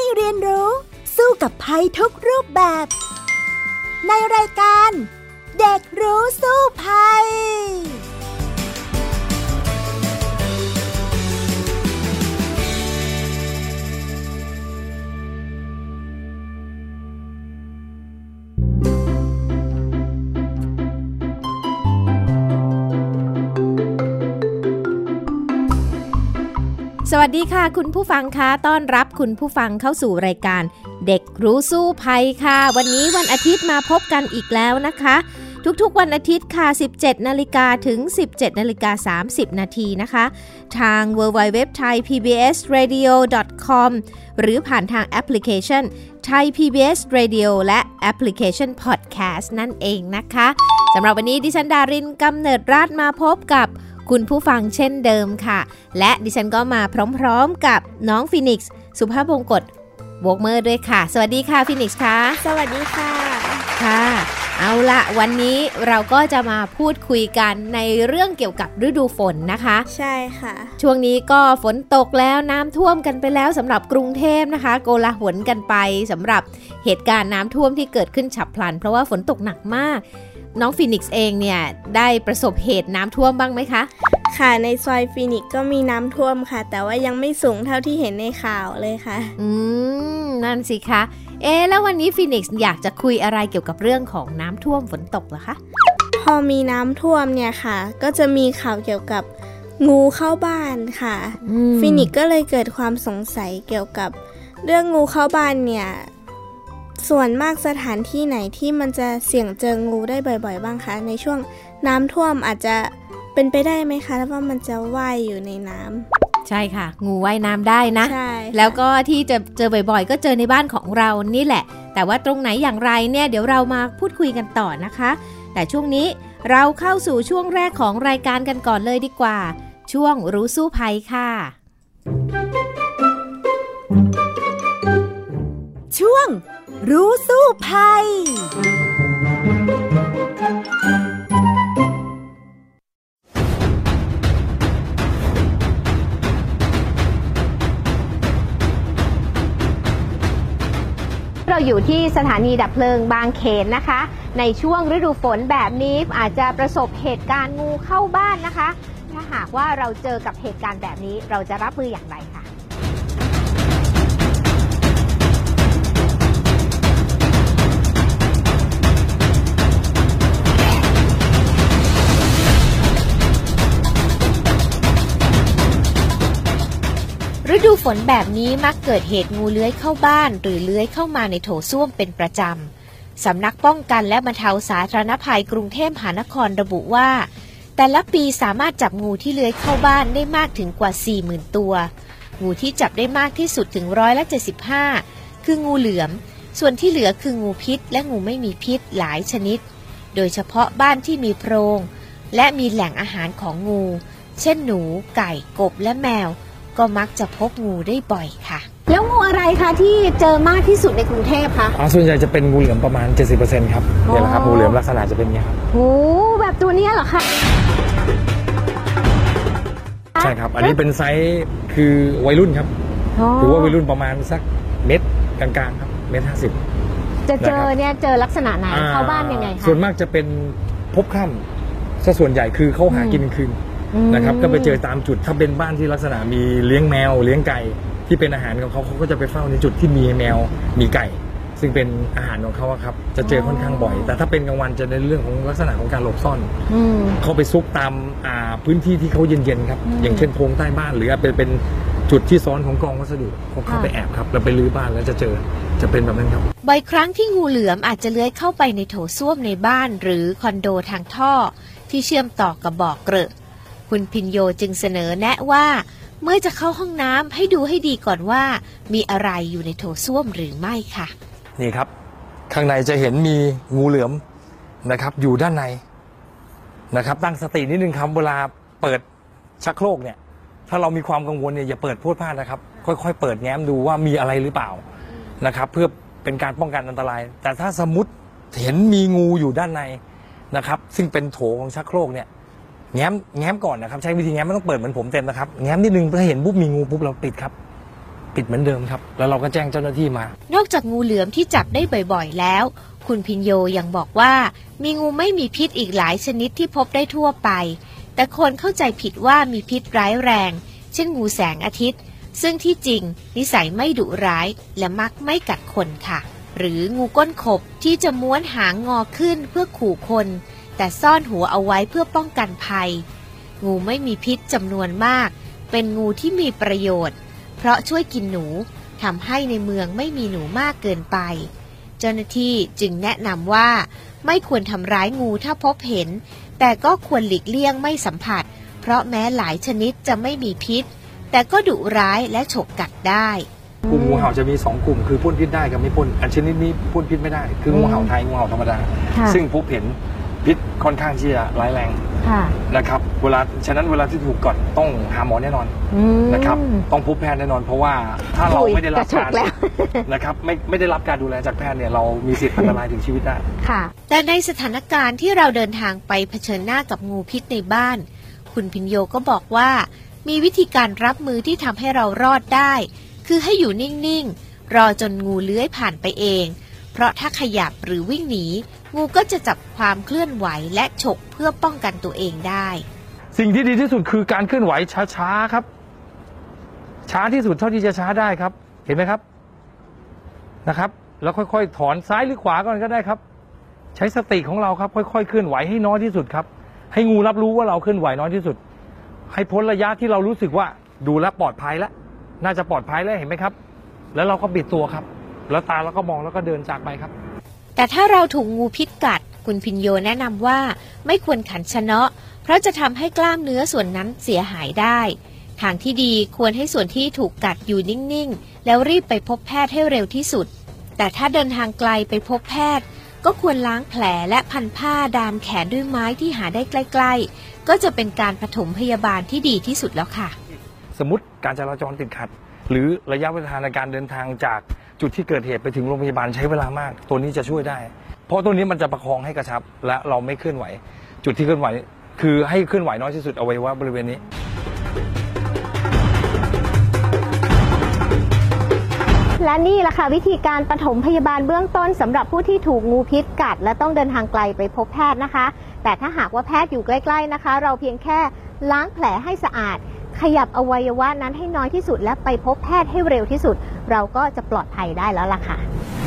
เรียนรู้สู้กับภัยทุกรูปแบบในรายการเด็กรู้สู้ภัยสวัสดีค่ะคุณผู้ฟังคะต้อนรับคุณผู้ฟังเข้าสู่รายการเด็กรู้สู้ภัยค่ะวันนี้วันอาทิตย์มาพบกันอีกแล้วนะคะทุกๆวันอาทิตย์ค่ะ 17:00 นถึง 17:30 นนะคะทาง www.thaipbsradio.com หรือผ่านทางแอปพลิเคชัน Thai PBS Radio และแอปพลิเคชัน Podcast นั่นเองนะคะสำหรับวันนี้ดิฉันดารินกำเนิดราษฎร์มาพบกับคุณผู้ฟังเช่นเดิมค่ะและดิฉันก็มาพร้อมๆกับน้องฟีนิกซ์สุภาพบงกตโวกเมอร์ด้วยค่ะสวัสดีค่ะฟีนิกซ์ค่ะสวัสดีค่ะค่ะเอาละวันนี้เราก็จะมาพูดคุยกันในเรื่องเกี่ยวกับฤดูฝนนะคะใช่ค่ะช่วงนี้ก็ฝนตกแล้วน้ำท่วมกันไปแล้วสำหรับกรุงเทพนะคะโกลาหลกันไปสำหรับเหตุการณ์น้ำท่วมที่เกิดขึ้นฉับพลันเพราะว่าฝนตกหนักมากน้องฟีนิกซ์เองเนี่ยได้ประสบเหตุน้ำท่วมบ้างไหมคะค่ะในซอยฟีนิกซ์ก็มีน้ำท่วมค่ะแต่ว่ายังไม่สูงเท่าที่เห็นในข่าวเลยค่ะนั่นสิคะแล้ววันนี้ฟีนิกซ์อยากจะคุยอะไรเกี่ยวกับเรื่องของน้ำท่วมฝนตกเหรอคะพอมีน้ำท่วมเนี่ยค่ะก็จะมีข่าวเกี่ยวกับงูเข้าบ้านค่ะฟีนิกซ์ก็เลยเกิดความสงสัยเกี่ยวกับเรื่องงูเข้าบ้านเนี่ยส่วนมากสถานที่ไหนที่มันจะเสี่ยงเจองูได้บ่อยๆบ้างคะในช่วงน้ำท่วมอาจจะเป็นไปได้ไหมคะว่ามันจะว่ายอยู่ในน้ำใช่ค่ะงูว่ายน้ำได้นะใช่แล้วก็ที่จะเจอบ่อยๆก็เจอในบ้านของเรานี่แหละแต่ว่าตรงไหนอย่างไรเนี่ยเดี๋ยวเรามาพูดคุยกันต่อนะคะแต่ช่วงนี้เราเข้าสู่ช่วงแรกของรายการกันก่อนเลยดีกว่าช่วงรู้สู้ภัยค่ะช่วงรู้สู้ภัยเราอยู่ที่สถานีดับเพลิงบางเขนนะคะในช่วงฤดูฝนแบบนี้อาจจะประสบเหตุการณ์งูเข้าบ้านนะคะถ้าหากว่าเราเจอกับเหตุการณ์แบบนี้เราจะรับมืออย่างไรคะฤดูฝนแบบนี้มักเกิดเหตุงูเลื้อยเข้าบ้านหรือเลื้อยเข้ามาในโถส้วมเป็นประจำสำนักป้องกันและบรรเทาสาธารณภัยกรุงเทพมหานครระบุว่าแต่ละปีสามารถจับงูที่เลื้อยเข้าบ้านได้มากถึงกว่า 40,000 ตัวงูที่จับได้มากที่สุดถึง75%คืองูเหลือมส่วนที่เหลือคืองูพิษและงูไม่มีพิษหลายชนิดโดยเฉพาะบ้านที่มีโพรงและมีแหล่งอาหารของงูเช่นหนูไก่กบและแมวก็มักจะพบงูได้บ่อยค่ะแล้วงูอะไรคะที่เจอมากที่สุดในกรุงเทพคะส่วนใหญ่จะเป็นงูเหลือมประมาณ 70% ครับนี่แหละครับงูเหลือมลักษณะจะเป็นอย่างนี้ครับโอ้แบบตัวนี้เหรอคะใช่ครับอันนี้เป็นไซส์คือวัยรุ่นครับหรือว่าวัยรุ่นประมาณสักเม็ดกลางๆครับ1.50 จะเจอเนี่ยเจอลักษณะไหนเข้าบ้านยังไงคะส่วนมากจะเป็นพบค่ำซะส่วนใหญ่คือเขาหากินกลางคืนนะครับก็ไปเจอตามจุดถ้าเป็นบ้านที่ลักษณะมีเลี้ยงแมวเลี้ยงไก่ที่เป็นอาหารของเขาก็จะไปเฝ้าในจุดที่มีแมวมีไก่ซึ่งเป็นอาหารของเขาครับจะเจอค่อนข้างบ่อยแต่ถ้าเป็นกลางวันจะในเรื่องของลักษณะของการหลบซ่อนเขาไปซุกตามพื้นที่ที่เขาเย็นๆครับอย่างเช่นโพรงใต้บ้านหรือเป็นจุดที่ซ้อนของกองวัสดุเขาเข้าไปแอบครับแล้วไปรื้อบ้านแล้วจะเจอจะเป็นแบบนั้นครับบ่อยครั้งที่งูเหลือมอาจจะเลื้อยเข้าไปในโถส้วมในบ้านหรือคอนโดทางท่อที่เชื่อมต่อกับบ่อเกลอะคุณพินโยจึงเสนอแนะว่าเมื่อจะเข้าห้องน้ำให้ดูให้ดีก่อนว่ามีอะไรอยู่ในโถส้วมหรือไม่ค่ะนี่ครับข้างในจะเห็นมีงูเหลือมนะครับอยู่ด้านในนะครับตั้งสตินิดนึงครับเวลาเปิดชักโครกเนี่ยถ้าเรามีความกังวลเนี่ยอย่าเปิดพรวดพลาดนะครับค่อยๆเปิดแง้มดูว่ามีอะไรหรือเปล่านะครับเพื่อเป็นการป้องกันอันตรายแต่ถ้าสมมุติเห็นมีงูอยู่ด้านในนะครับซึ่งเป็นโถของชักโครกเนี่ยแง้มก่อนนะครับใช้วิธีแง้มไม่ต้องเปิดเหมือนผมเต็มนะครับแง้มนิดนึงถ้าเห็นปุ๊บมีงูปุ๊บเราปิดครับปิดเหมือนเดิมครับแล้วเราก็แจ้งเจ้าหน้าที่มานอกจากงูเหลือมที่จับได้บ่อยๆแล้วคุณพิญโยยังบอกว่ามีงูไม่มีพิษอีกหลายชนิดที่พบได้ทั่วไปแต่คนเข้าใจผิดว่ามีพิษร้ายแรงเช่นงูแสงอาทิตย์ซึ่งที่จริงนิสัยไม่ดุร้ายและมักไม่กัดคนค่ะหรืองูก้นขบที่จะม้วนหางงอขึ้นเพื่อขู่คนแต่ซ่อนหัวเอาไว้เพื่อป้องกันภัยงูไม่มีพิษจำนวนมากเป็นงูที่มีประโยชน์เพราะช่วยกินหนูทำให้ในเมืองไม่มีหนูมากเกินไปเจ้าหน้าที่จึงแนะนำว่าไม่ควรทำร้ายงูถ้าพบเห็นแต่ก็ควรหลีกเลี่ยงไม่สัมผัสเพราะแม้หลายชนิดจะไม่มีพิษแต่ก็ดุร้ายและฉกกัดได้กลุ่มงูเห่าจะมี2กลุ่มคือพ่นพิษได้กับไม่พ่นอันชนิดนี้พ่นพิษไม่ได้คืองูเห่าไทยงูเห่าธรรมดาซึ่งพบเห็นพิษค่อนข้างที่จะร้ายแรงนะครับฉะนั้นเวลาที่ถูกกัดต้องหาหมอแน่นอนนะครับต้องพบแพทย์แน่นอนเพราะว่าถ้าเราไม่ได้รับการนะครับไม่ได้รับการดูแลจากแพทย์เนี่ยเรามีสิทธิ์อันตรายถึงชีวิตได้แต่ในสถานการณ์ที่เราเดินทางไปเผชิญหน้ากับงูพิษในบ้านคุณพิญโยก็บอกว่ามีวิธีการรับมือที่ทำให้เรารอดได้คือให้อยู่นิ่งๆรอจนงูเลื้อยผ่านไปเองเพราะถ้าขยับหรือวิ่งหนีงูก็จะจับความเคลื่อนไหวและฉกเพื่อป้องกันตัวเองได้สิ่งที่ดีที่สุดคือการเคลื่อนไหวช้าๆครับช้าที่สุดเท่าที่จะช้าได้ครับเห็นไหมครับนะครับแล้วค่อยๆถอนซ้ายหรือขวาก่อนก็ได้ครับใช้สติของเราครับค่อยๆเคลื่อนไหวให้น้อยที่สุดครับให้งูรับรู้ว่าเราเคลื่อนไหวน้อยที่สุดให้พ้นระยะที่เรารู้สึกว่าดูแลปลอดภัยแล้วน่าจะปลอดภัยแล้วเห็นไหมครับแล้วเราก็บิดตัวครับแล้วตาเราก็มองแล้วก็เดินจากไปครับแต่ถ้าเราถูกงูพิษกัดคุณพิญโยแนะนำว่าไม่ควรขันชะเนาะเพราะจะทำให้กล้ามเนื้อส่วนนั้นเสียหายได้ทางที่ดีควรให้ส่วนที่ถูกกัดอยู่นิ่งๆแล้วรีบไปพบแพทย์ให้เร็วที่สุดแต่ถ้าเดินทางไกลไปพบแพทย์ก็ควรล้างแผลและพันผ้าดามแขนด้วยไม้ที่หาได้ใกล้ๆก็จะเป็นการปฐมพยาบาลที่ดีที่สุดแล้วค่ะสมมติการจราจรติดขัดหรือระยะเวลาในการเดินทางจากจุดที่เกิดเหตุไปถึงโรงพยาบาลใช้เวลามากตัวนี้จะช่วยได้เพราะตัวนี้มันจะประคองให้กระชับและเราไม่เคลื่อนไหวจุดที่เคลื่อนไหวคือให้เคลื่อนไหวน้อยที่สุดอวัยวะบริเวณนี้และนี่แหละค่ะวิธีการปฐมพยาบาลเบื้องต้นสำหรับผู้ที่ถูกงูพิษกัดและต้องเดินทางไกลไปพบแพทย์นะคะแต่ถ้าหากว่าแพทย์อยู่ใกล้ๆนะคะเราเพียงแค่ล้างแผลให้สะอาดขยับอวัยวะนั้นให้น้อยที่สุดและไปพบแพทย์ให้เร็วที่สุดเราก็จะปลอดภัยได้แล้วล่ะค่ะ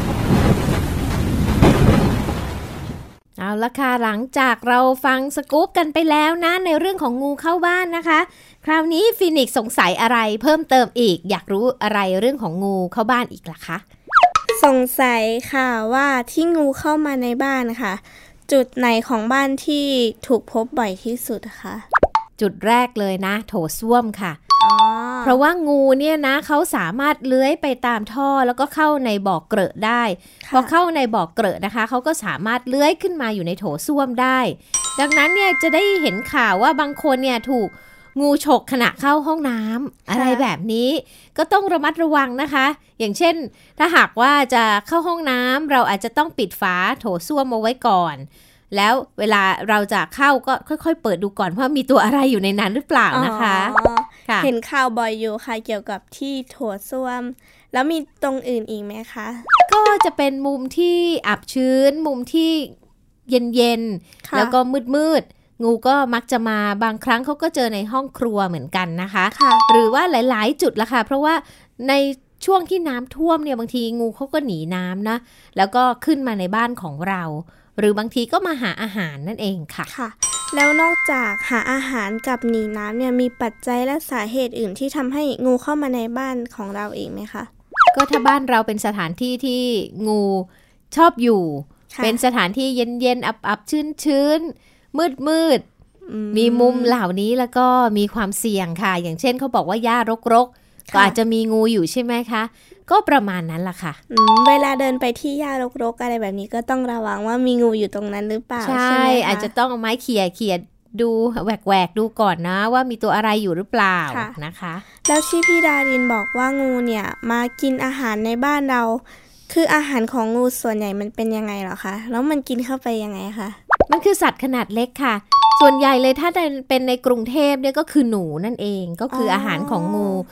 เอาละค่ะหลังจากเราฟังสกู๊ปกันไปแล้วนะในเรื่องของงูเข้าบ้านนะคะคราวนี้ฟีนิกซ์สงสัยอะไรเพิ่มเติมอีกอยากรู้อะไรเรื่องของงูเข้าบ้านอีกล่ะคะสงสัยค่ะว่าที่งูเข้ามาในบ้านค่ะจุดไหนของบ้านที่ถูกพบบ่อยที่สุดคะจุดแรกเลยนะโถส้วมค่ะเพราะว่างูเนี่ยนะเขาสามารถเลื้อยไปตามท่อแล้วก็เข้าในบ่อเกลอะได้พอเข้าในบ่อเกลอะนะคะเขาก็สามารถเลื้อยขึ้นมาอยู่ในโถส้วมได้ดังนั้นเนี่ยจะได้เห็นข่าวว่าบางคนเนี่ยถูกงูฉกขณะเข้าห้องน้ำอะไรแบบนี้ก็ต้องระมัดระวังนะคะอย่างเช่นถ้าหากว่าจะเข้าห้องน้ำเราอาจจะต้องปิดฝาโถส้วมเอาไว้ก่อนแล้วเวลาเราจะเข้าก็ค่อยๆเปิดดูก่อนว่ามีตัวอะไรอยู่ในนั้นหรือเปล่านะคะเห็นข่าวบ่อยอยู่ค่ะเกี่ยวกับที่โถส้วมแล้วมีตรงอื่นอีกไหมคะก็จะเป็นมุมที่อับชื้นมุมที่เย็นๆแล้วก็มืดๆงูก็มักจะมาบางครั้งเขาก็เจอในห้องครัวเหมือนกันนะคะหรือว่าหลายๆจุดละค่ะเพราะว่าในช่วงที่น้ำท่วมเนี่ยบางทีงูเขาก็หนีน้ำนะแล้วก็ขึ้นมาในบ้านของเราหรือบางทีก็มาหาอาหารนั่นเองค่ะแล้วนอกจากหาอาหารกับหนีน้ำเนี่ยมีปัจจัยและสาเหตุอื่นที่ทำให้งูเข้ามาในบ้านของเราเองไหมคะก็ถ้าบ้านเราเป็นสถานที่ที่งูชอบอยู่เป็นสถานที่เย็นๆอับๆชื้นๆมืดมีมุมเหล่านี้แล้วก็มีความเสี่ยงค่ะอย่างเช่นเขาบอกว่าหญ้ารกๆก็อาจจะมีงูอยู่ใช่ไหมคะก็ประมาณนั้นล่ะค่ะเวลาเดินไปที่หญ้ารกๆอะไรแบบนี้ก็ต้องระวังว่ามีงูอยู่ตรงนั้นหรือเปล่าใช่อาจจะต้องเอาไม้เขี่ยดูแหวกดูก่อนนะว่ามีตัวอะไรอยู่หรือเปล่านะคะแล้วที่พี่ดารินบอกว่างูเนี่ยมากินอาหารในบ้านเราคืออาหารของงูส่วนใหญ่มันเป็นยังไงเหรอคะแล้วมันกินเข้าไปยังไงคะมันคือสัตว์ขนาดเล็กค่ะส่วนใหญ่เลยถ้าเป็นในกรุงเทพเนี่ยก็คือหนูนั่นเองก็คืออาหารของงู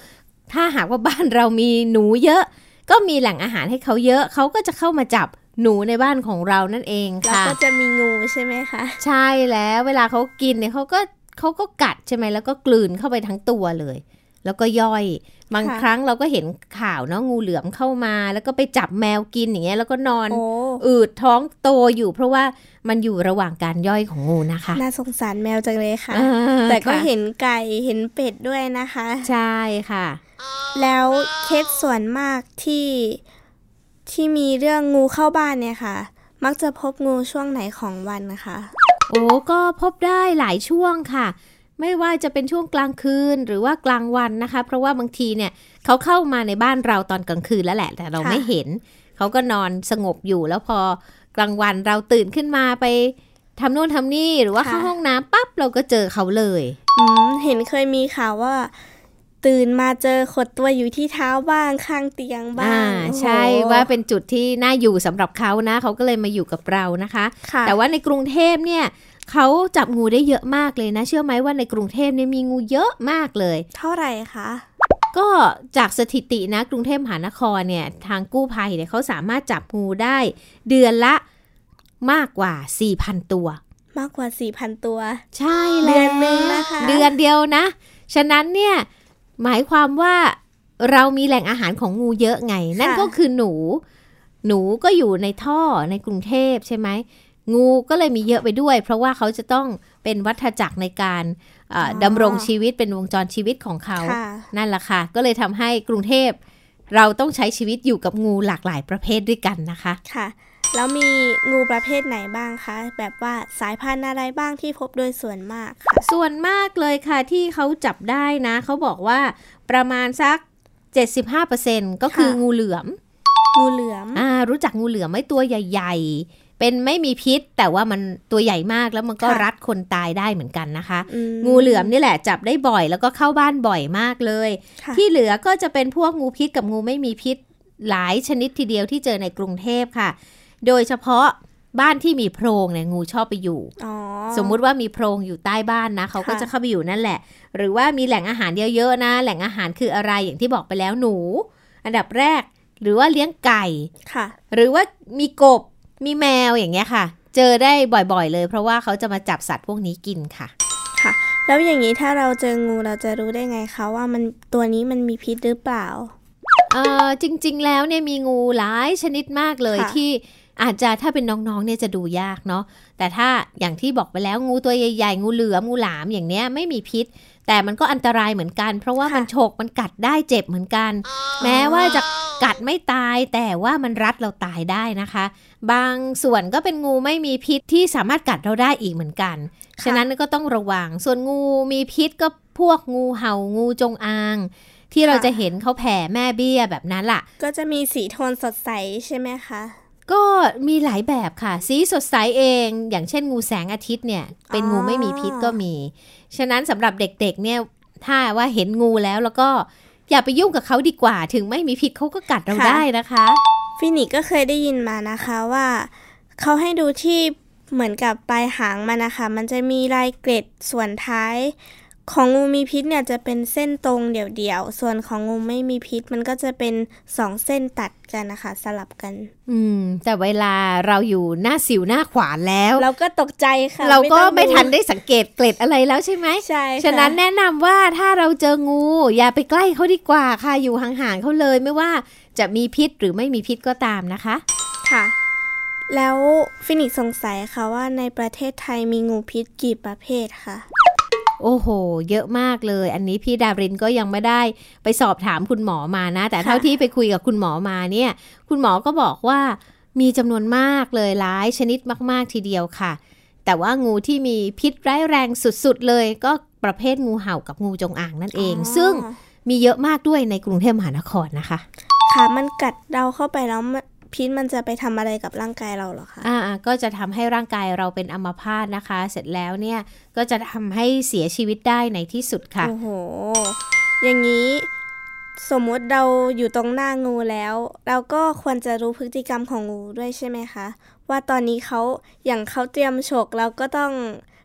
ถ้าหากว่าบ้านเรามีหนูเยอะก็มีแหล่งอาหารให้เขาเยอะเขาก็จะเข้ามาจับหนูในบ้านของเรานั่นเองค่ะแล้วก็จะมีงูใช่ไหมคะใช่แล้วเวลาเขากินเนี่ยเขาก็กัดใช่ไหมแล้วก็กลืนเข้าไปทั้งตัวเลยแล้วก็ย่อยบางครั้งเราก็เห็นข่าวเนาะงูเหลือมเข้ามาแล้วก็ไปจับแมวกินอย่างเงี้ยแล้วก็นอนอืดท้องโตอยู่เพราะว่ามันอยู่ระหว่างการย่อยของงูนะคะน่าสงสารแมวจังเลยค่ะแต่ก็เห็นไก่เห็นเป็ดด้วยนะคะใช่ค่ะแล้วเคสส่วนมากที่มีเรื่องงูเข้าบ้านเนี่ยค่ะมักจะพบงูช่วงไหนของวันนะคะโอ้ก็พบได้หลายช่วงค่ะไม่ว่าจะเป็นช่วงกลางคืนหรือว่ากลางวันนะคะเพราะว่าบางทีเนี่ยเขาเข้ามาในบ้านเราตอนกลางคืนแล้วแหละแต่เราไม่เห็นเขาก็นอนสงบอยู่แล้วพอกลางวันเราตื่นขึ้นมาไปทำโน่นทำนี่หรือว่าเข้าห้องน้ำปั๊บเราก็เจอเขาเลยเห็นเคยมีข่าวว่าตื่นมาเจอขดตัวอยู่ที่เท้าบ้างข้างเตียงบ้างใช่ว่าเป็นจุดที่น่าอยู่สำหรับเขานะเขาก็เลยมาอยู่กับเรานะคะแต่ว่าในกรุงเทพเนี่ยเขาจับงูได้เยอะมากเลยนะเชื่อไหมว่าในกรุงเทพเนี่ยมีงูเยอะมากเลยเท่าไหร่คะก็จากสถิตินะกรุงเทพมหานครเนี่ยทางกู้ภัยเนี่ยเขาสามารถจับงูได้เดือนละมากกว่า 4,000 ตัวมากกว่า 4,000 ตัวใช่แล้วเดือนนึงนะคะเดือนเดียวนะฉะนั้นเนี่ยหมายความว่าเรามีแหล่งอาหารของงูเยอะไงนั่นก็คือหนูก็อยู่ในท่อในกรุงเทพใช่ไหมงูก็เลยมีเยอะไปด้วยเพราะว่าเขาจะต้องเป็นวัฏจักรในการดำรงชีวิตเป็นวงจรชีวิตของเขานั่นแหละค่ะก็เลยทำให้กรุงเทพเราต้องใช้ชีวิตอยู่กับงูหลากหลายประเภทด้วยกันนะคะค่ะแล้วมีงูประเภทไหนบ้างคะแบบว่าสายพันธุ์อะไรบ้างที่พบโดยส่วนมากค่ะส่วนมากเลยค่ะที่เขาจับได้นะเขาบอกว่าประมาณสัก 75% ก็คืองูเหลือมรู้จักงูเหลือมไหมตัวใหญ่ๆเป็นไม่มีพิษแต่ว่ามันตัวใหญ่มากแล้วมันก็รัดคนตายได้เหมือนกันนะคะงูเหลือมนี่แหละจับได้บ่อยแล้วก็เข้าบ้านบ่อยมากเลยที่เหลือก็จะเป็นพวกงูพิษกับงูไม่มีพิษหลายชนิดทีเดียวที่เจอในกรุงเทพค่ะโดยเฉพาะบ้านที่มีโพรงเนี่ยงูชอบไปอยู่สมมุติว่ามีโพรงอยู่ใต้บ้านนะเขาก็จะเข้าไปอยู่นั่นแหละหรือว่ามีแหล่งอาหารเยอะๆนะแหล่งอาหารคืออะไรอย่างที่บอกไปแล้วหนูอันดับแรกหรือว่าเลี้ยงไก่หรือว่ามีกบมีแมวอย่างเงี้ยค่ะเจอได้บ่อยๆเลยเพราะว่าเขาจะมาจับสัตว์พวกนี้กินค่ะแล้วอย่างนี้ถ้าเราเจองูเราจะรู้ได้ไงคะว่ามันตัวนี้มันมีพิษหรือเปล่าจริงๆแล้วเนี่ยมีงูหลายชนิดมากเลยที่อาจจะถ้าเป็นน้องๆเนี่ยจะดูยากเนาะแต่ถ้าอย่างที่บอกไปแล้วงูตัวใหญ่ๆงูเหลือมงูหลามอย่างเนี้ยไม่มีพิษแต่มันก็อันตรายเหมือนกันเพราะว่ามันฉกมันกัดได้เจ็บเหมือนกันแม้ว่าจะกัดไม่ตายแต่ว่ามันรัดเราตายได้นะคะบางส่วนก็เป็นงูไม่มีพิษที่สามารถกัดเราได้อีกเหมือนกันฉะนั้นก็ต้องระวังส่วนงูมีพิษก็พวกงูเห่างูจงอางที่เราจะเห็นเขาแผ่แม่เบี้ยแบบนั้นล่ะก็จะมีสีโทนสดใสใช่ไหมคะก็มีหลายแบบค่ะสีสดใสเองอย่างเช่นงูแสงอาทิตย์เนี่ยเป็นงูไม่มีพิษก็มีฉะนั้นสำหรับเด็กๆเนี่ยถ้าว่าเห็นงูแล้วก็อย่าไปยุ่งกับเขาดีกว่าถึงไม่มีพิษเขาก็กัดเราได้นะคะฟินิกก็เคยได้ยินมานะคะว่าเขาให้ดูที่เหมือนกับปลายหางมันนะคะมันจะมีลายเกล็ดส่วนท้ายของงูมีพิษเนี่ยจะเป็นเส้นตรงเดี่ยวๆส่วนของงูไม่มีพิษมันก็จะเป็น2เส้นตัดกันนะคะสลับกันแต่เวลาเราอยู่หน้าสิวหน้าขวานแล้วเราก็ตกใจค่ะเราก็ไม่ทันได้สังเกตเกล็ดอะไรแล้วใช่ไหมใช่ฉะนั้นแนะนำว่าถ้าเราเจองูอย่าไปใกล้เขาดีกว่าค่ะอยู่ห่างๆเขาเลยไม่ว่าจะมีพิษหรือไม่มีพิษก็ตามนะคะค่ะแล้วฟินิกสงสัยค่ะว่าในประเทศไทยมีงูพิษกี่ประเภทคะโอ้โหเยอะมากเลยอันนี้พี่ดารินก็ยังไม่ได้ไปสอบถามคุณหมอมานะแต่เท่าที่ไปคุยกับคุณหมอมาเนี่ยคุณหมอก็บอกว่ามีจำนวนมากเลยหลายชนิดมากๆทีเดียวค่ะแต่ว่างูที่มีพิษร้ายแรงสุดๆเลยก็ประเภทงูเห่ากับงูจงอางนั่นเองซึ่งมีเยอะมากด้วยในกรุงเทพมหานครนะคะค่ะมันกัดเราเข้าไปแล้วพิษมันจะไปทำอะไรกับร่างกายเราเหรอคะก็จะทำให้ร่างกายเราเป็นอัมพาตนะคะเสร็จแล้วเนี่ยก็จะทำให้เสียชีวิตได้ในที่สุดค่ะโอ้โหอย่างนี้สมมติเราอยู่ตรงหน้างูแล้วเราก็ควรจะรู้พฤติกรรมของงูด้วยใช่ไหมคะว่าตอนนี้เขาเตรียมฉกเราก็ต้อง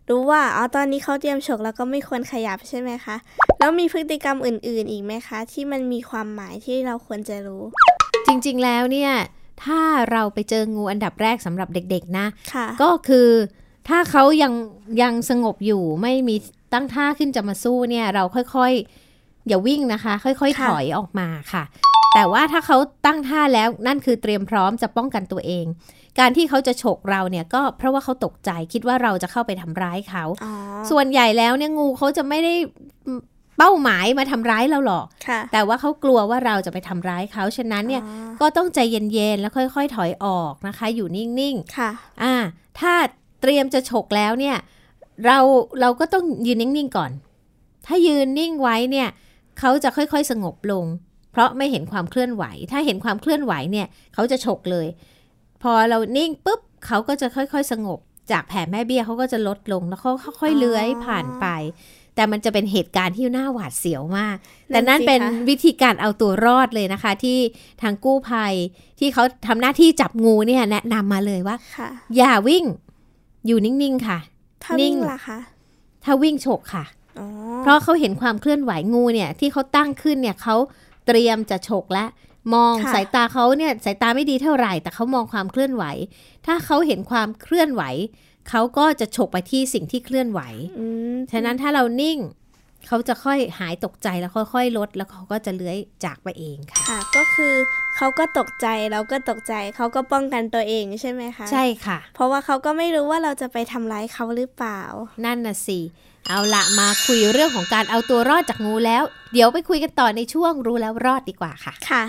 รู้ว่าตอนนี้เขาเตรียมฉกแล้วก็ไม่ควรขยับใช่ไหมคะแล้วมีพฤติกรรมอื่นๆอีกไหมคะที่มันมีความหมายที่เราควรจะรู้จริงๆแล้วเนี่ยถ้าเราไปเจองูอันดับแรกสำหรับเด็กๆนะก็คือถ้าเขายังสงบอยู่ไม่มีตั้งท่าขึ้นจะมาสู้เนี่ยเราค่อยๆอย่าวิ่งนะคะค่อยๆถอยออกมาค่ะแต่ว่าถ้าเขาตั้งท่าแล้วนั่นคือเตรียมพร้อมจะป้องกันตัวเองการที่เขาจะฉกเราเนี่ยก็เพราะว่าเขาตกใจคิดว่าเราจะเข้าไปทำร้ายเขาส่วนใหญ่แล้วเนี่ยงูเขาจะไม่ได้เป้าหมายมาทำร้ายเราหรอกแต่ว่าเขากลัวว่าเราจะไปทำร้ายเขาฉะนั้นเนี่ยก็ต้องใจเย็นๆแล้วค่อยๆถอยออกนะคะอยู่นิ่งๆค่ะถ้าเตรียมจะฉกแล้วเนี่ยเราก็ต้องยืนนิ่งๆก่อนถ้ายืนนิ่งไว้เนี่ยเขาจะค่อยๆสงบลงเพราะไม่เห็นความเคลื่อนไหวถ้าเห็นความเคลื่อนไหวเนี่ยเขาจะฉกเลยพอเรานิ่งปุ๊บเขาก็จะค่อยๆสงบจากแผ่แม่เบี้ยเขาก็จะลดลงแล้วเขาค่อยๆเลื้อยผ่านไปแต่มันจะเป็นเหตุการณ์ที่น่าหวาดเสียวมากแต่นั่นเป็นวิธีการเอาตัวรอดเลยนะคะที่ทางกู้ภัยที่เขาทำหน้าที่จับงูเนี่ยแนะนำมาเลยว่าอย่าวิ่งอยู่นิ่งๆค่ะถ้าวิ่งล่ะคะถ้าวิ่งฉกค่ะเพราะเขาเห็นความเคลื่อนไหวงูเนี่ยที่เขาตั้งขึ้นเนี่ยเขาเตรียมจะฉกและมองสายตาเขาเนี่ยสายตาไม่ดีเท่าไหร่แต่เขามองความเคลื่อนไหวถ้าเขาเห็นความเคลื่อนไหวเขาก็จะฉกไปที่สิ่งที่เคลื่อนไหวฉะนั้นถ้าเรานิ่งเขาจะค่อยหายตกใจแล้วค่อยๆลดแล้วเขาก็จะเลื้อยจากไปเองค่ะก็คือเขาก็ตกใจเราก็ตกใจเขาก็ป้องกันตัวเองใช่ไหมคะใช่ค่ะเพราะว่าเขาก็ไม่รู้ว่าเราจะไปทำร้ายเขาหรือเปล่านั่นน่ะสิเอาละมาคุยเรื่องของการเอาตัวรอดจากงูแล้วเดี๋ยวไปคุยกันต่อในช่วงรู้แล้วรอดดีกว่าค่ะค่ะ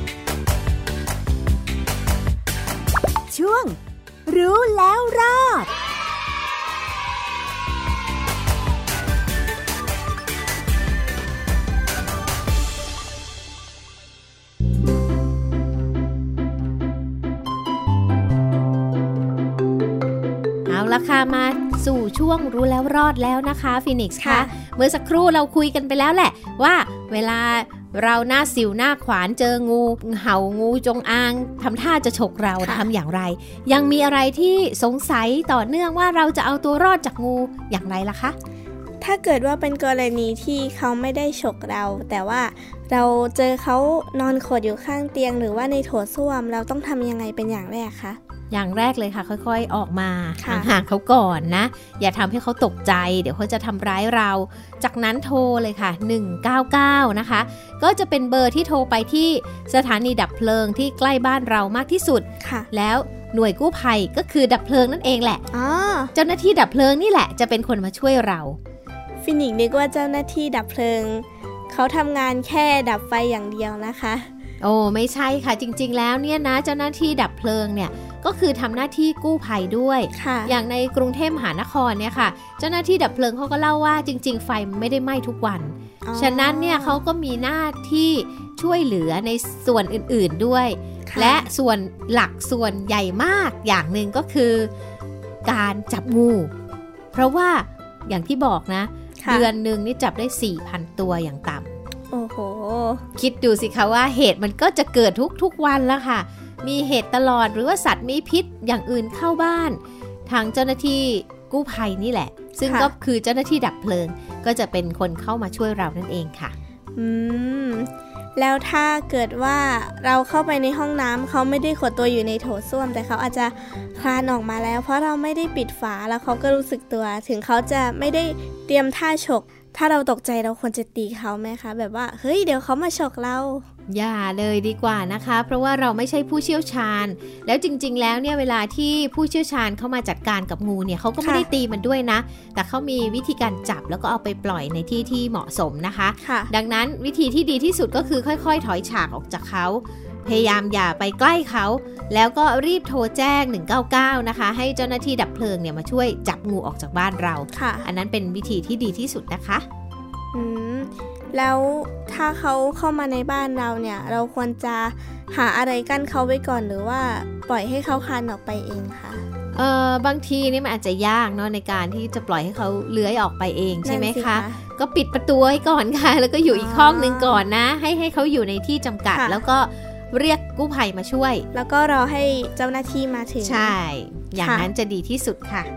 ช่วงรู้แล้วรอดราคามาสู่ช่วงรู้แล้วรอดแล้วนะคะฟีนิกซ์ค่ะเมื่อสักครู่เราคุยกันไปแล้วแหละว่าเวลาเราหน้าสิวหน้าขวานเจองูเห่างูจงอางทำท่าจะฉกเราทำอย่างไรยังมีอะไรที่สงสัยต่อเนื่องว่าเราจะเอาตัวรอดจากงูอย่างไรล่ะคะถ้าเกิดว่าเป็นกรณีที่เขาไม่ได้ฉกเราแต่ว่าเราเจอเขานอนขดอยู่ข้างเตียงหรือว่าในโถส้วมเราต้องทำยังไงเป็นอย่างแรกคะอย่างแรกเลยค่ะค่อยๆออกมาห่างๆเขาก่อนนะอย่าทำให้เขาตกใจเดี๋ยวเขาจะทำร้ายเราจากนั้นโทรเลยค่ะ199นะคะก็จะเป็นเบอร์ที่โทรไปที่สถานีดับเพลิงที่ใกล้บ้านเรามากที่สุดแล้วหน่วยกู้ภัยก็คือดับเพลิงนั่นเองแหละเจ้าหน้าที่ดับเพลิงนี่แหละจะเป็นคนมาช่วยเราฟินิกนึกว่าเจ้าหน้าที่ดับเพลิงเขาทำงานแค่ดับไฟอย่างเดียวนะคะโอ้ไม่ใช่ค่ะจริงๆแล้วเนี่ยนะเจ้าหน้าที่ดับเพลิงเนี่ยก็คือทำหน้าที่กู้ภัยด้วยอย่างในกรุงเทพมหานครเนี่ยค่ะเจ้าหน้าที่ดับเพลิงเขาก็เล่าว่าจริงๆไฟไม่ได้ไหม้ทุกวันฉะนั้นเนี่ยเขาก็มีหน้าที่ช่วยเหลือในส่วนอื่นๆด้วยและส่วนหลักส่วนใหญ่มากอย่างหนึ่งก็คือการจับงูเพราะว่าอย่างที่บอกนะเดือนนึงนี่จับได้ 4,000 ตัวอย่างต่ำโอ้โหคิดดูสิคะว่าเหตุมันก็จะเกิดทุกวันแล้วค่ะมีเหตุตลอดหรือว่าสัตว์มีพิษอย่างอื่นเข้าบ้านทางเจ้าหน้าที่กู้ภัยนี่แหละซึ่งก็คือเจ้าหน้าที่ดับเพลิงก็จะเป็นคนเข้ามาช่วยเรานั่นเองค่ะแล้วถ้าเกิดว่าเราเข้าไปในห้องน้ำเขาไม่ได้ขดตัวอยู่ในโถส้วมแต่เขาอาจจะคลานออกมาแล้วเพราะเราไม่ได้ปิดฝาแล้วเขาก็รู้สึกตัวถึงเขาจะไม่ได้เตรียมท่าฉกถ้าเราตกใจเราควรจะตีเขาไหมคะแบบว่าเฮ้ยเดี๋ยวเขามาฉกเราอย่าเลยดีกว่านะคะเพราะว่าเราไม่ใช่ผู้เชี่ยวชาญแล้วจริงๆแล้วเนี่ยเวลาที่ผู้เชี่ยวชาญเข้ามาจัดการกับงูเนี่ยเขาก็ไม่ได้ตีมันด้วยนะแต่เขามีวิธีการจับแล้วก็เอาไปปล่อยในที่ที่เหมาะสมนะคะดังนั้นวิธีที่ดีที่สุดก็คือค่อยๆถอยฉากออกจากเขาพยายามอย่าไปใกล้เขาแล้วก็รีบโทรแจ้ง199นะคะให้เจ้าหน้าที่ดับเพลิงเนี่ยมาช่วยจับงูออกจากบ้านเราอันนั้นเป็นวิธีที่ดีที่สุดนะคะแล้วถ้าเขาเข้ามาในบ้านเราเนี่ยเราควรจะหาอะไรกั้นเขาไว้ก่อนหรือว่าปล่อยให้เขาคลานออกไปเองคะบางทีนี่มันอาจจะยากเนาะในการที่จะปล่อยให้เขาเลื้อยออกไปเองใช่ไหมคะก็ปิดประตูให้ก่อนค่ะแล้วก็อยู่อีกห้องนึงก่อนนะให้เขาอยู่ในที่จำกัดแล้วก็เรียกกู้ภัยมาช่วยแล้วก็รอให้เจ้าหน้าที่มาถึงใช่อย่างนั้นจะดีที่สุดค่ะ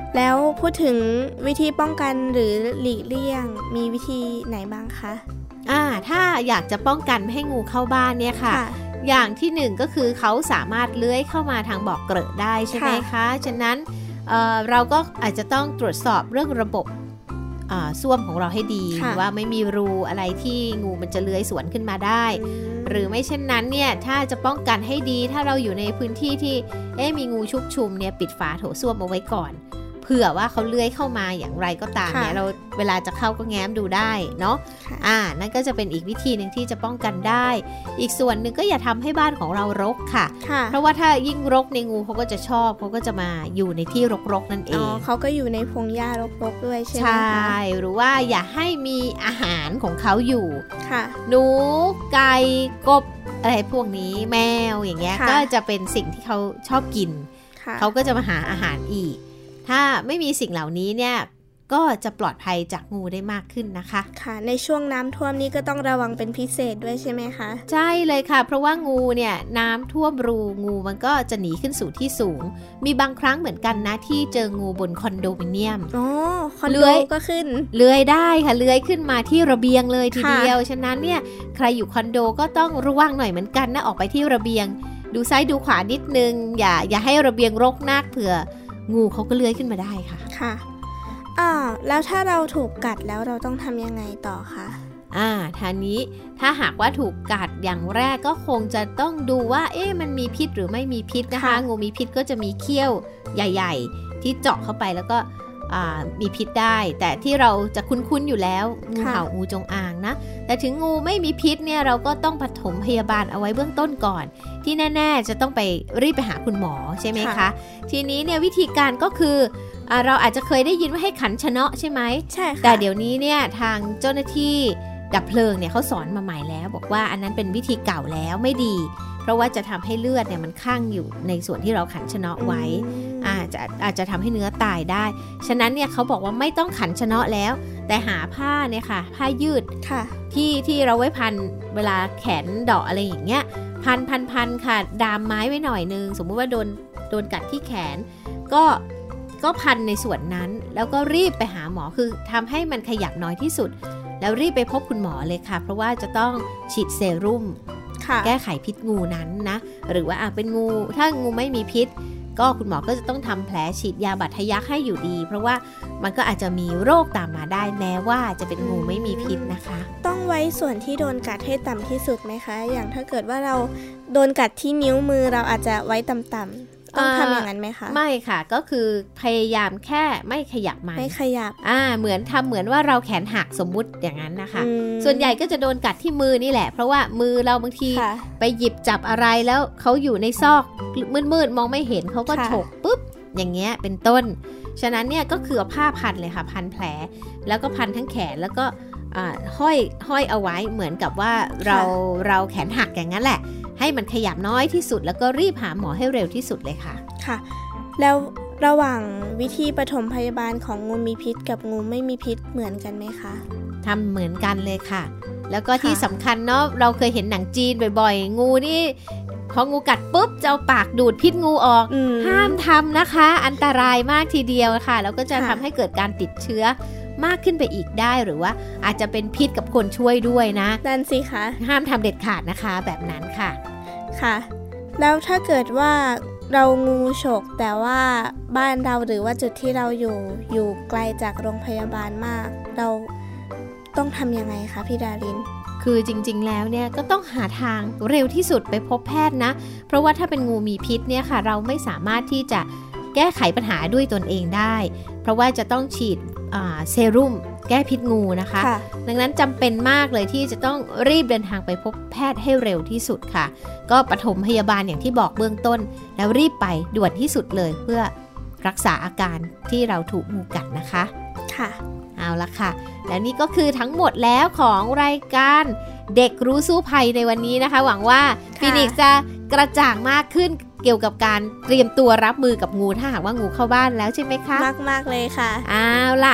แล้วพูดถึงวิธีป้องกันหรือหลีกเลี่ยงมีวิธีไหนบ้างคะถ้าอยากจะป้องกันไม่ให้งูเข้าบ้านเนี่ยค่ะอย่างที่หนึ่งก็คือเขาสามารถเลื้อยเข้ามาทางบ่อเกลอะได้ใช่ไหมคะฉะนั้นเราก็อาจจะต้องตรวจสอบเรื่องระบบส้วมของเราให้ดีว่าไม่มีรูอะไรที่งูมันจะเลื้อยสวนขึ้นมาได้หรือไม่เช่นนั้นเนี่ยถ้าจะป้องกันให้ดีถ้าเราอยู่ในพื้นที่ที่มีงูชุกชุมเนี่ยปิดฝาโถส้วมเอาไว้ก่อนเผื่อว่าเขาเลื้อยเข้ามาอย่างไรก็ตามเนี่ยเราเวลาจะเข้าก็แง้มดูได้เนาะนั่นก็จะเป็นอีกวิธีหนึ่งที่จะป้องกันได้อีกส่วนหนึ่งก็อย่าทำให้บ้านของเรารกค่ะเพราะว่าถ้ายิ่งรกในงูเขาก็จะชอบเขาก็จะมาอยู่ในที่รกๆนั่นเองเขาก็อยู่ในพงหญ้ารกๆด้วยใช่ไหมคะใช่หรือว่าอย่าให้มีอาหารของเขาอยู่ค่ะหนูไก่กบอะไรพวกนี้แมวอย่างเงี้ยก็จะเป็นสิ่งที่เขาชอบกินเขาก็จะมาหาอาหารอีกถ้าไม่มีสิ่งเหล่านี้เนี่ยก็จะปลอดภัยจากงูได้มากขึ้นนะคะค่ะในช่วงน้ำท่วมนี้ก็ต้องระวังเป็นพิเศษด้วยใช่ไหมคะใช่เลยค่ะเพราะว่างูเนี่ยน้ำท่วมรูงูมันก็จะหนีขึ้นสู่ที่สูงมีบางครั้งเหมือนกันนะที่เจองูบนคอนโดมิเนียมคอนโดก็ขึ้นเลื้อยได้ค่ะเลื้อยขึ้นมาที่ระเบียงเลยทีเดียวฉะนั้นเนี่ยใครอยู่คอนโดก็ต้องระวังหน่อยเหมือนกันนะออกไปที่ระเบียงดูซ้ายดูขวานิดนึงอย่าให้ระเบียงรกนักเผื่องูเขาก็เลื้อยขึ้นมาได้ค่ะค่ะแล้วถ้าเราถูกกัดแล้วเราต้องทำยังไงต่อคะทางนี้ถ้าหากว่าถูกกัดอย่างแรกก็คงจะต้องดูว่ามันมีพิษหรือไม่มีพิษนะคะงูมีพิษก็จะมีเขี้ยวใหญ่ๆที่เจาะเข้าไปแล้วก็มีพิษได้แต่ที่เราจะคุ้นๆอยู่แล้วงูเห่างูจงอางนะแต่ถึงงูไม่มีพิษเนี่ยเราก็ต้องปฐมพยาบาลเอาไว้เบื้องต้นก่อนที่แน่ๆจะต้องไปรีบไปหาคุณหมอใช่ไหมคะทีนี้เนี่ยวิธีการก็คือเราอาจจะเคยได้ยินว่าให้ขันชะเนาะใช่ไหมใช่ค่ะแต่เดี๋ยวนี้เนี่ยทางเจ้าหน้าที่ดับเพลิงเนี่ยเขาสอนมาใหม่แล้วบอกว่าอันนั้นเป็นวิธีเก่าแล้วไม่ดีเพราะว่าจะทำให้เลือดเนี่ยมันคั่งอยู่ในส่วนที่เราขันชะเนาะไว้อาจจะทำให้เนื้อตายได้ฉะนั้นเนี่ยเขาบอกว่าไม่ต้องขันชะเนาะแล้วแต่หาผ้าเนี่ยค่ะผ้ายืดที่เราไว้พันเวลาแขนดอกอะไรอย่างเงี้ยพันค่ะดามไม้ไว้หน่อยนึงสมมุติว่าโดนกัดที่แขนก็พันในส่วนนั้นแล้วก็รีบไปหาหมอคือทำให้มันขยับน้อยที่สุดแล้วรีบไปพบคุณหมอเลยค่ะเพราะว่าจะต้องฉีดเซรุ่มแก้ไขพิษงูนั้นนะหรือว่าเป็นงูถ้างูไม่มีพิษก็คุณหมอก็จะต้องทำแผลฉีดยาบาดทะยักให้อยู่ดีเพราะว่ามันก็อาจจะมีโรคตามมาได้แม้ว่าจะเป็นงูไม่มีพิษนะคะต้องไว้ส่วนที่โดนกัดให้ต่ำที่สุดไหมคะอย่างถ้าเกิดว่าเราโดนกัดที่นิ้วมือเราอาจจะไว้ต่ำๆต้องทำอย่างนั้นไหมคะไม่ค่ะก็คือพยายามแค่ไม่ขยับมันไม่ขยับเหมือนว่าเราแขนหักสมมุติอย่างนั้นนะคะส่วนใหญ่ก็จะโดนกัดที่มือนี่แหละเพราะว่ามือเราบางทีไปหยิบจับอะไรแล้วเขาอยู่ในซอกมืดๆมองไม่เห็นเขาก็ฉกปุ๊บอย่างเงี้ยเป็นต้นฉะนั้นเนี่ยก็คือเอาผ้าพันเลยค่ะพันแผลแล้วก็พันทั้งแขนแล้วก็ห้อยเอาไว้เหมือนกับว่าเราแขนหักอย่างนั้นแหละให้มันขยับน้อยที่สุดแล้วก็รีบหาหมอให้เร็วที่สุดเลยค่ะค่ะแล้วระหว่างวิธีปฐมพยาบาลของงูมีพิษกับงูไม่มีพิษเหมือนกันไหมคะทำเหมือนกันเลยค่ะแล้วก็ที่สำคัญเนาะเราเคยเห็นหนังจีนบ่อยๆงูนี่พองูกัดปุ๊บจะเอาปากดูดพิษงูออกห้ามทำนะคะอันตรายมากทีเดียวค่ะแล้วก็จะทำให้เกิดการติดเชื้อมากขึ้นไปอีกได้หรือว่าอาจจะเป็นพิษกับคนช่วยด้วยนะนั่นสิคะห้ามทำเด็ดขาดนะคะแบบนั้นค่ะค่ะแล้วถ้าเกิดว่าเรางูฉกแต่ว่าบ้านเราหรือว่าจุดที่เราอยู่ไกลจากโรงพยาบาลมากเราต้องทำยังไงคะพี่ดารินคือจริงๆแล้วเนี่ยก็ต้องหาทางเร็วที่สุดไปพบแพทย์นะเพราะว่าถ้าเป็นงูมีพิษเนี่ยค่ะเราไม่สามารถที่จะแก้ไขปัญหาด้วยตนเองได้เพราะว่าจะต้องฉีดเซรุ่มแก้พิษงูนะคะดังนั้นจำเป็นมากเลยที่จะต้องรีบเดินทางไปพบแพทย์ให้เร็วที่สุดค่ะก็ปฐมพยาบาลอย่างที่บอกเบื้องต้นแล้วรีบไปด่วนที่สุดเลยเพื่อรักษาอาการที่เราถูกงูกัดนะคะค่ะเอาละค่ะแล้วนี่ก็คือทั้งหมดแล้วของรายการเด็กรู้สู้ภัยในวันนี้นะคะหวังว่าฟีนิกซ์จะกระจ่างมากขึ้นเกี่ยวกับการเตรียมตัวรับมือกับงูถ้าหากว่างูเข้าบ้านแล้วใช่ไหมคะมากๆเลยค่ะเอาล่ะ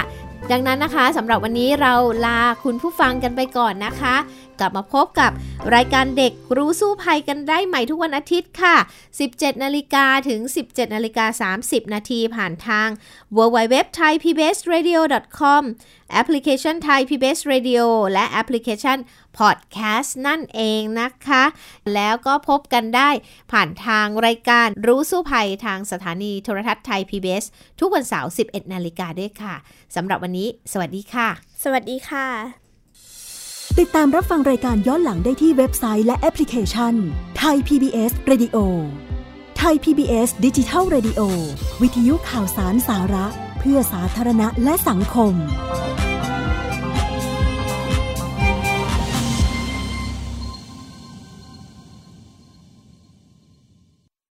ดังนั้นนะคะสำหรับวันนี้เราลาคุณผู้ฟังกันไปก่อนนะคะกลับมาพบกับรายการเด็กรู้สู้ภัยกันได้ใหม่ทุกวันอาทิตย์ค่ะ 17:00 นถึง 17:30 นผ่านทาง www.thaipbsradio.com แอปพลิเคชัน Thai PBS Radio และแอปพลิเคชัน Podcast นั่นเองนะคะแล้วก็พบกันได้ผ่านทางรายการรู้สู้ภัยทางสถานีโทรทัศน์ไทย PBS ทุกวันเสาร์ 11:00 นด้วยค่ะสำหรับวันนี้สวัสดีค่ะสวัสดีค่ะติดตามรับฟังรายการย้อนหลังได้ที่เว็บไซต์และแอปพลิเคชัน Thai PBS Radio Thai PBS Digital Radio วิทยุข่าวสารสาระเพื่อสาธารณะและสังคม